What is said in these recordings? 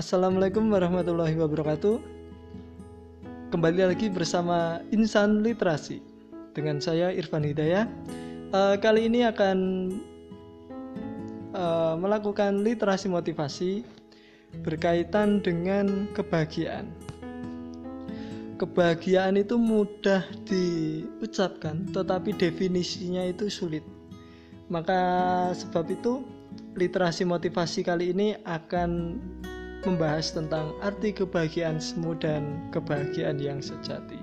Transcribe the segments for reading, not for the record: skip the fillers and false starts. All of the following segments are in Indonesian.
Assalamualaikum warahmatullahi wabarakatuh. Kembali lagi bersama Insan Literasi dengan saya Irfan Hidayah. Kali ini akan melakukan literasi motivasi berkaitan dengan kebahagiaan. Kebahagiaan itu mudah diucapkan, tetapi definisinya itu sulit. Maka sebab itu literasi motivasi kali ini akan membahas tentang arti kebahagiaan semu dan kebahagiaan yang sejati.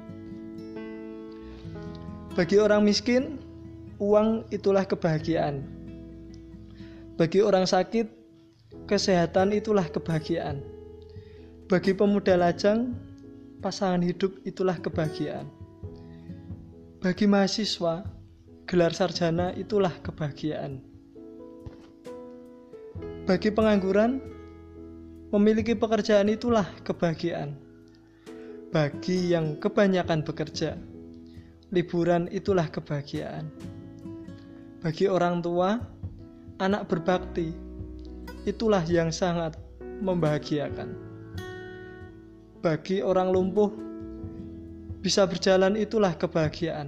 Bagi orang miskin, uang itulah kebahagiaan. Bagi orang sakit, kesehatan itulah kebahagiaan. Bagi pemuda lajang, pasangan hidup itulah kebahagiaan. Bagi mahasiswa, gelar sarjana itulah kebahagiaan. Bagi pengangguran, memiliki pekerjaan itulah kebahagiaan. Bagi yang kebanyakan bekerja, liburan itulah kebahagiaan. Bagi orang tua, anak berbakti itulah yang sangat membahagiakan. Bagi orang lumpuh, bisa berjalan itulah kebahagiaan.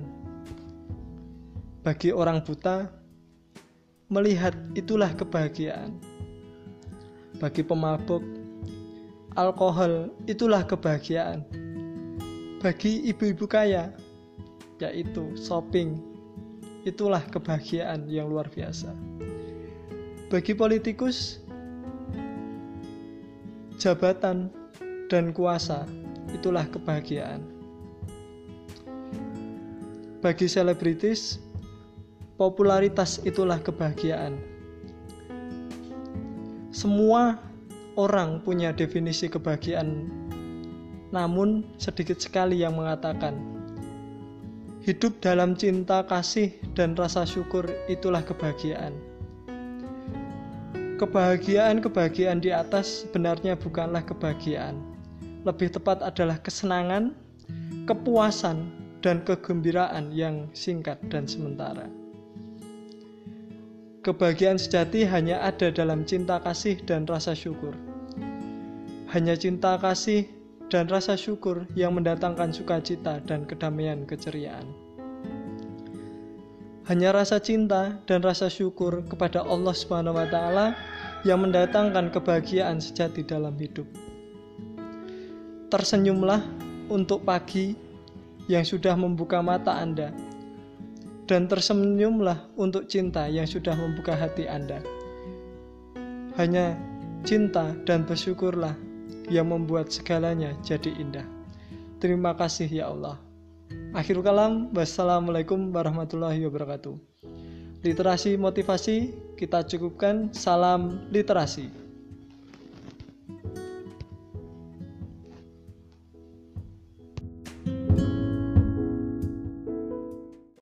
Bagi orang buta, melihat itulah kebahagiaan. Bagi pemabuk, alkohol itulah kebahagiaan. Bagi ibu-ibu kaya, yaitu shopping, itulah kebahagiaan yang luar biasa. Bagi politikus, jabatan dan kuasa itulah kebahagiaan. Bagi selebritis, popularitas itulah kebahagiaan. Semua orang punya definisi kebahagiaan, namun sedikit sekali yang mengatakan hidup dalam cinta, kasih, dan rasa syukur itulah kebahagiaan. Kebahagiaan di atas sebenarnya bukanlah kebahagiaan. Lebih tepat adalah kesenangan, kepuasan, dan kegembiraan yang singkat dan sementara. Kebahagiaan sejati hanya ada dalam cinta, kasih, dan rasa syukur. Hanya cinta, kasih, dan rasa syukur yang mendatangkan sukacita dan kedamaian keceriaan. Hanya rasa cinta dan rasa syukur kepada Allah SWT yang mendatangkan kebahagiaan sejati dalam hidup. Tersenyumlah untuk pagi yang sudah membuka mata Anda, dan tersenyumlah untuk cinta yang sudah membuka hati Anda. Hanya cinta dan bersyukurlah yang membuat segalanya jadi indah. Terima kasih ya Allah. Akhirul kalam, wassalamualaikum warahmatullahi wabarakatuh. Literasi motivasi kita cukupkan. Salam literasi.